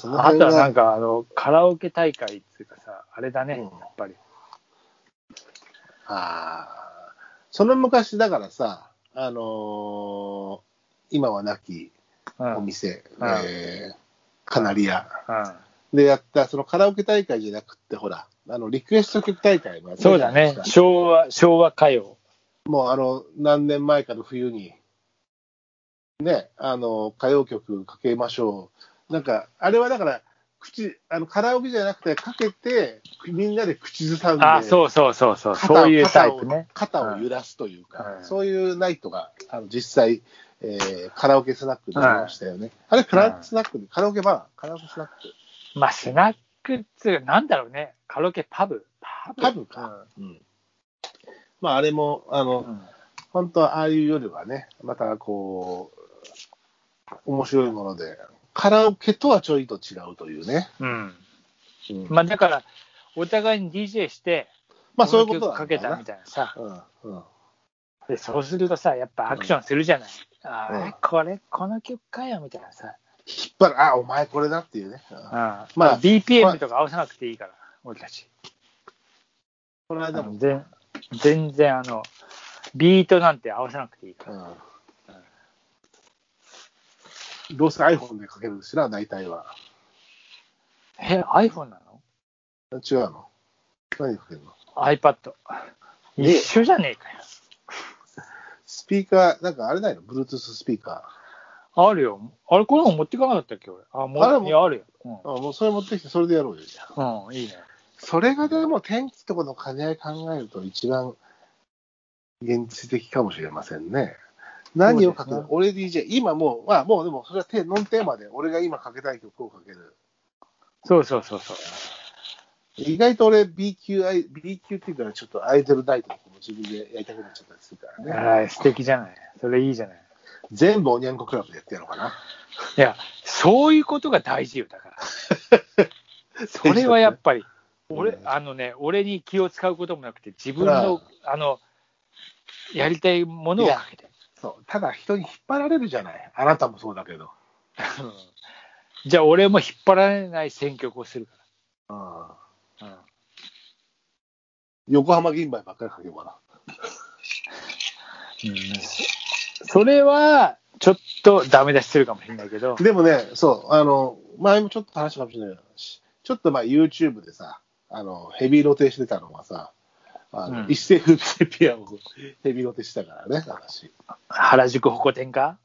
その辺あとはなんかカラオケ大会っていうかさ、あれだね、 うんやっぱり。 その昔だからさ、今はなきお店、カナリアでやった、そのカラオケ大会じゃなくって、ほら、リクエスト曲大会もやったじゃそうだね、 ないですか。 昭和歌謡。 もう何年前かの冬に、ね、歌謡曲かけましょう。なんか、あれはだから、カラオケじゃなくて、かけて、みんなで口ずさんで、 そうそういうタイプね。 肩を揺らすというか、 うん、 そういうナイトが、実際、カラオケスナックでありましたよね。あれ、カラオケスナック、カラオケバー、カラオケスナック。 まあ、スナックっていうか、なんだろうね、カラオケパブか。まあ、あれも、本当はああいう夜はね、またこう、面白いもので、カラオケとはちょいと違うというね。 まあだから、お互いに DJ して、 まあそういうことかけたみたいなさ。で、そうするとさ、やっぱアクションするじゃない。この曲かよみたいなさ。 引っ張る、お前これだっていうね。 まあ BPM とか合わせなくていいから、俺たち。 この間も全然ビートなんて合わせなくていいから。 どうせ iPhone でかけるしな、大体は。 iPhone なの？違うの？何かけるの？ iPad。一緒じゃねえかよ。 スピーカー、なんかあれないの？ Bluetooth スピーカー。あるよ。あれ、これも持ってかなかったっけ、俺。いや、あるよ。 もうそれ持ってきて、それでやろうよ、じゃあ。いいね。 それがでも天気とかの兼ね合い考えると一番現実的かもしれませんね。何をかける？俺 DJ、今もう、もうでもそれはノンテーマで、俺が今かけたい曲をかける。 そう。 意外と俺 B 級っていうか、ちょっとアイドルナイトとかも自分でやりたくなっちゃったりするからね。 素敵じゃない。それいいじゃない。 全部おにゃんこクラブでやってやろうかな。 いや、そういうことが大事よ、だから。それはやっぱり、俺に気を使うこともなくて、自分の、やりたいものをかけて。 そう。ただ人に引っ張られるじゃない。あなたもそうだけど。 じゃあ俺も引っ張られない選曲をするから。 横浜銀杯ばっかりかけようかな。 それはちょっとダメ出しするかもしれないけど。 でもね、そう、前もちょっと話したかもしれないけど、ちょっとYouTube でさ、ヘビーロテしてたのはさ、一世風靡セピアをヘビーロテしたからね、私。 原宿ホコ天か？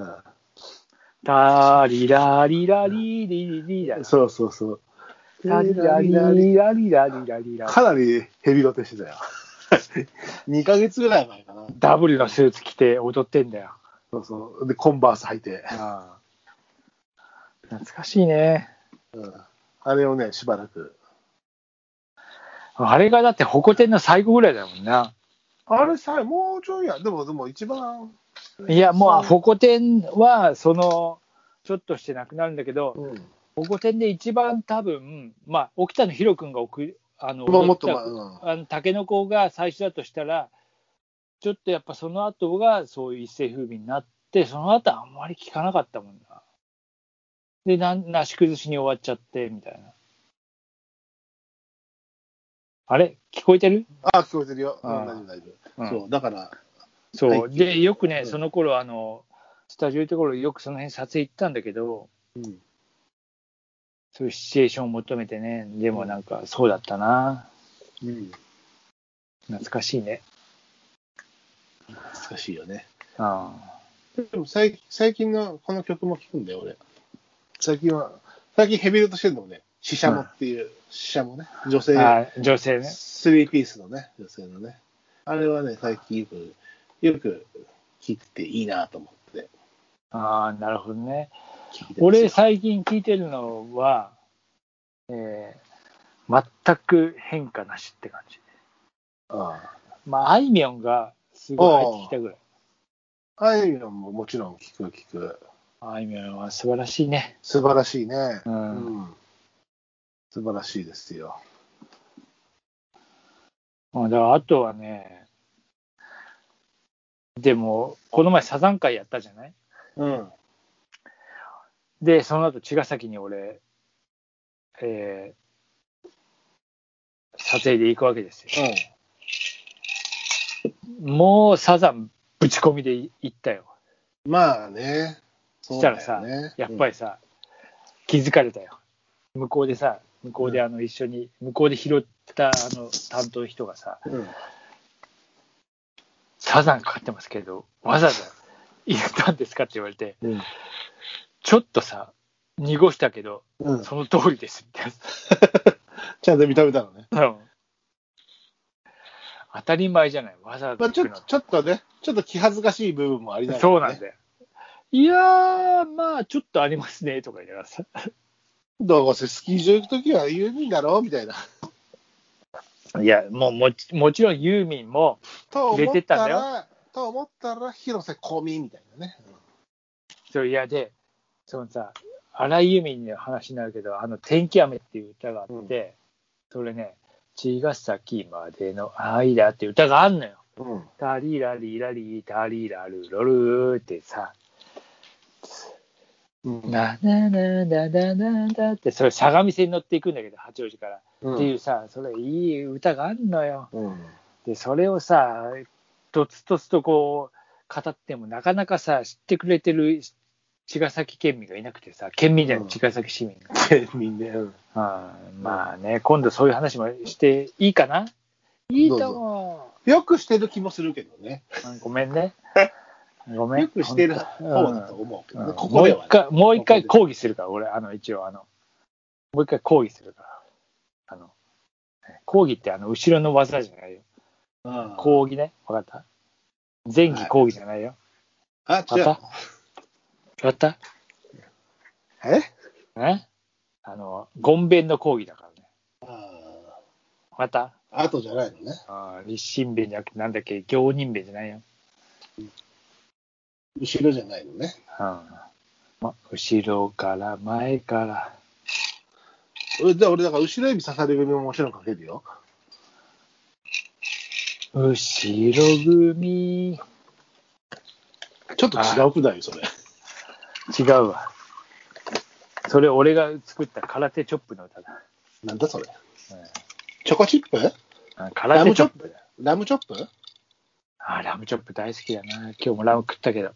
タリラリラリリリラ。 そう。 タリラリラリラリラ。 かなりヘビーロテしてたよ。2ヶ月ぐらい前かな。 ダブルのスーツ着て踊ってんだよ。 そう。で、コンバース履いて。 懐かしいね。 あれをね、しばらく。 あれがだってホコ天の最後ぐらいだもんな。 あれさ、もうちょいや、でも一番。 いや、もうホコ天は、ちょっとしてなくなるんだけど、ホコ天で一番多分、沖田のヒロ君がタケノコが最初だとしたら、ちょっとやっぱその後がそういう一世風靡になって、その後あんまり聞かなかったもんな。で、なし崩しに終わっちゃって、みたいな。あれ聞こえてる？ 聞こえてるよ。大丈夫。そう、だから。 そう。で、よくね、その頃、スタジオのところよくその辺撮影行ったんだけど、そういうシチュエーションを求めてね、でもなんかそうだったな。懐かしいね。 懐かしいよね。でも最近のこの曲も聴くんだよ、俺。最近ヘビーロテしてるのもね、シシャモっていう、シシャモね。女性ね。スリーピースのね、女性のね。あれはね、最近よく聴いてていいなと思って。 なるほどね。俺最近聴いてるのは、全く変化なしって感じ。あいみょんがすごい入ってきたぐらい。 あいみょんももちろん聞く。 あいみょんは素晴らしいね。 素晴らしいね。素晴らしいですよ。 だからあとはね、でも、この前サザン会やったじゃない？で、その後、茅ヶ崎に俺、 撮影で行くわけですよ。もうサザンぶち込みで行ったよ。 まあね。 そしたらさ、やっぱりさ、気づかれたよ。向こうで一緒に、向こうで拾った担当の人がさ、サザンかかってますけど、わざわざ入れたんですかって言われて、ちょっとさ、濁したけど、その通りですみたいな。 ちゃんと認めたのね。 当たり前じゃない、わざわざ。 ちょっとね、ちょっと気恥ずかしい部分もありながら、ね。 そうなんだよ。いやー、まあ、ちょっとありますね、とか言いながらさ。 どうせスキー場行くときはユーミンだろうみたいな。 いや、もちろんユーミンも入れてたんだよ。 と思ったら、広瀬香美みたいなね。 そう、いや、で、そのさ、荒井由実の話になるけど、天気雨っていう歌があって、それね、茅ヶ崎までの間っていう歌があんのよ。タリラリラリタリラルロルーってさ、なななななななって、それ相模線に乗っていくんだけど、八王子から。っていうさ、それいい歌があんのよ。で、それをさ、とつとつとこう、語ってもなかなかさ、知ってくれてる茅ヶ崎県民がいなくてさ、県民じゃない、茅ヶ崎市民が。 県民ね。 まあね、今度そういう話もしていいかな？いいと思う。よくしてる気もするけどね。 ごめんね。ごめん。 よくしてる方だと思うけどね。 ここではね、もう一回抗議するから、俺、一応もう一回抗議するから。抗議って後ろの技じゃないよ。抗議ね。わかった？前儀抗議じゃないよ。 違う。 わかった？ え？ ごんべんの抗議だからね。わかった？ 後じゃないのね。 立身弁じゃなくて、なんだっけ、行人弁じゃないよ。 後ろじゃないのね。 後ろから前から。 俺だから後ろ指刺され組ももちろんかけるよ。 後ろ組。 ちょっと違うくないそれ。 違うわ。それ俺が作った空手チョップの歌だ。 なんだそれ。チョコチップ？ 空手チョップだ。 ラムチョップ？ ラムチョップ大好きだな。今日もラム食ったけど。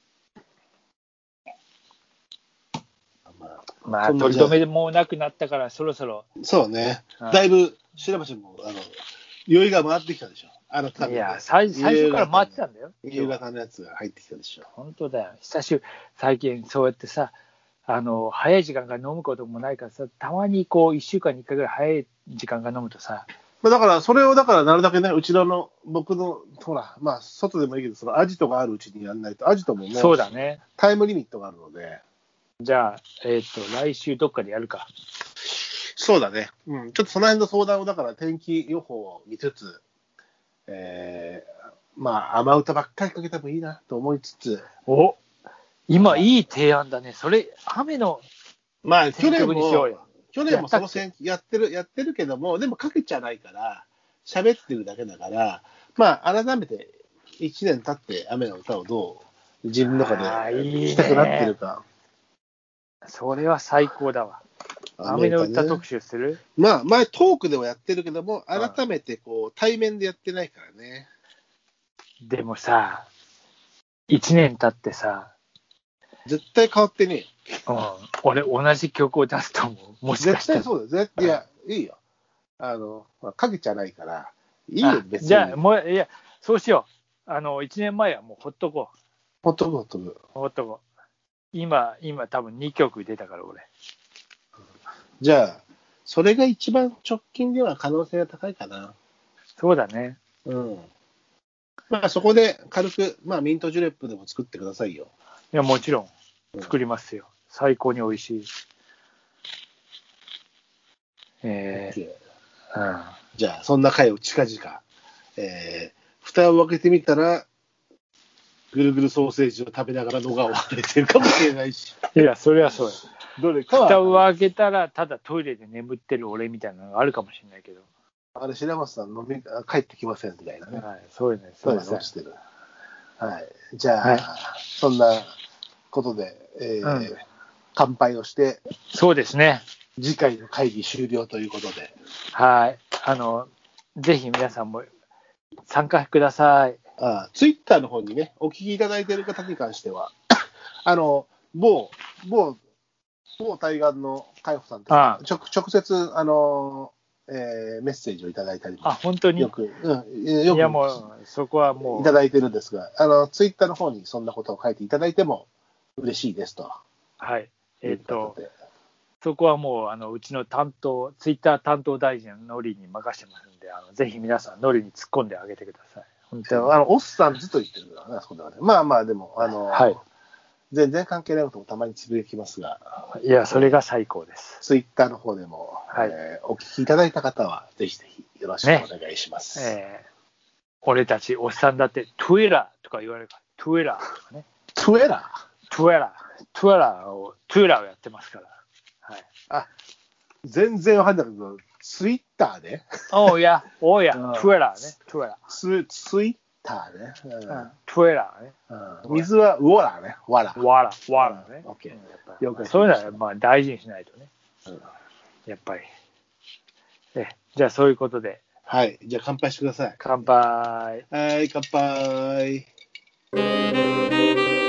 まあ、取り留めもなくなったから、そろそろ。 そうね。だいぶ、白橋も、酔いが回ってきたでしょ。 いや、最初から回ってたんだよ。 夕方のやつが入ってきたでしょ。 本当だよ。最近そうやってさ、早い時間から飲むこともないからさ、たまにこう、1週間に1回ぐらい早い時間から飲むとさ。 だから、それを、なるだけね、うちの、僕の、ほら、まあ、外でもいいけど、そのアジトがあるうちにやんないと、アジトももう、 そうだね。 タイムリミットがあるので。 じゃあ、来週どっかでやるか。 そうだね。ちょっとその辺の相談を、だから天気予報を見つつ、まあ、雨歌ばっかりかけてもいいなと思いつつ。 今いい提案だね。それ、雨の。 まあ、去年もその選やってるけども、でもかけちゃないから、喋ってるだけだから、まあ、改めて1年経って雨の歌をどう自分の中で聞きたくなってるか。 それは最高だわ。雨の歌特集する？ まあ、前トークではやってるけども、改めてこう、対面でやってないからね。 でもさ、1年経ってさ、 絶対変わってねえよ。俺、同じ曲を出すと思う。もしかしたら。 絶対そうだよ。いや、いいよ。かけちゃないから、いいよ、別に。 じゃあ、いや、そうしよう。1年前はもうほっとこう。 ほっとこう。 今多分2曲出たから、俺。 じゃあ、それが一番直近では可能性が高いかな。 そうだね。 まあ、そこで軽く、まあ、ミントジュレップでも作ってくださいよ。 いや、もちろん、作りますよ。最高に美味しい。 じゃあ、そんな回を近々、蓋を開けてみたら、ぐるぐるソーセージを食べながらのが割れてるかもしれないし。 いや、それはそうや。 どれかは。 蓋を開けたら、ただトイレで眠ってる俺みたいなのがあるかもしれないけど。 白松さん帰ってきませんみたいなね。 はい、そういうのそういうの落ちてる。はい。じゃあ、そんなことで、乾杯をして。 そうですね。 次回の会議終了ということで。 はい。ぜひ皆さんも参加ください。 ツイッターの方にね、お聞きいただいている方に関しては、某対岸の海保さんとか、直接、メッセージをいただいたりも。 本当によく、いやもう、そこはもう。 いただいてるんですが、ツイッターの方にそんなことを書いていただいても嬉しいですと。 はい。そこはもう、うちのツイッター担当大臣のノリに任せてますんで、ぜひ皆さん、ノリに突っ込んであげてください。 本当おっさんずっと言ってるからね、そこではね。まあまあ、でも、はい。全然関係ないこともたまにつぶやきますが。 いや、それが最高です。 ツイッターの方でも、はい、お聞きいただいた方は、ぜひぜひよろしくお願いします。 俺たち、おっさんだって、トゥエラーとか言われるから、トゥエラーとかね。 トゥエラーをやってますから。はい。 全然わかんないけど、ツイッターでおや、トゥエラーね。トゥエラー。 ツイッターね。 トゥエラーね。 水はウォラね。ワラね。 オッケー。よくそういうのはまあ大事にしないとね。やっぱり。じゃあそういうことで。 はい。じゃあ乾杯してください。 乾杯。 はい、乾杯。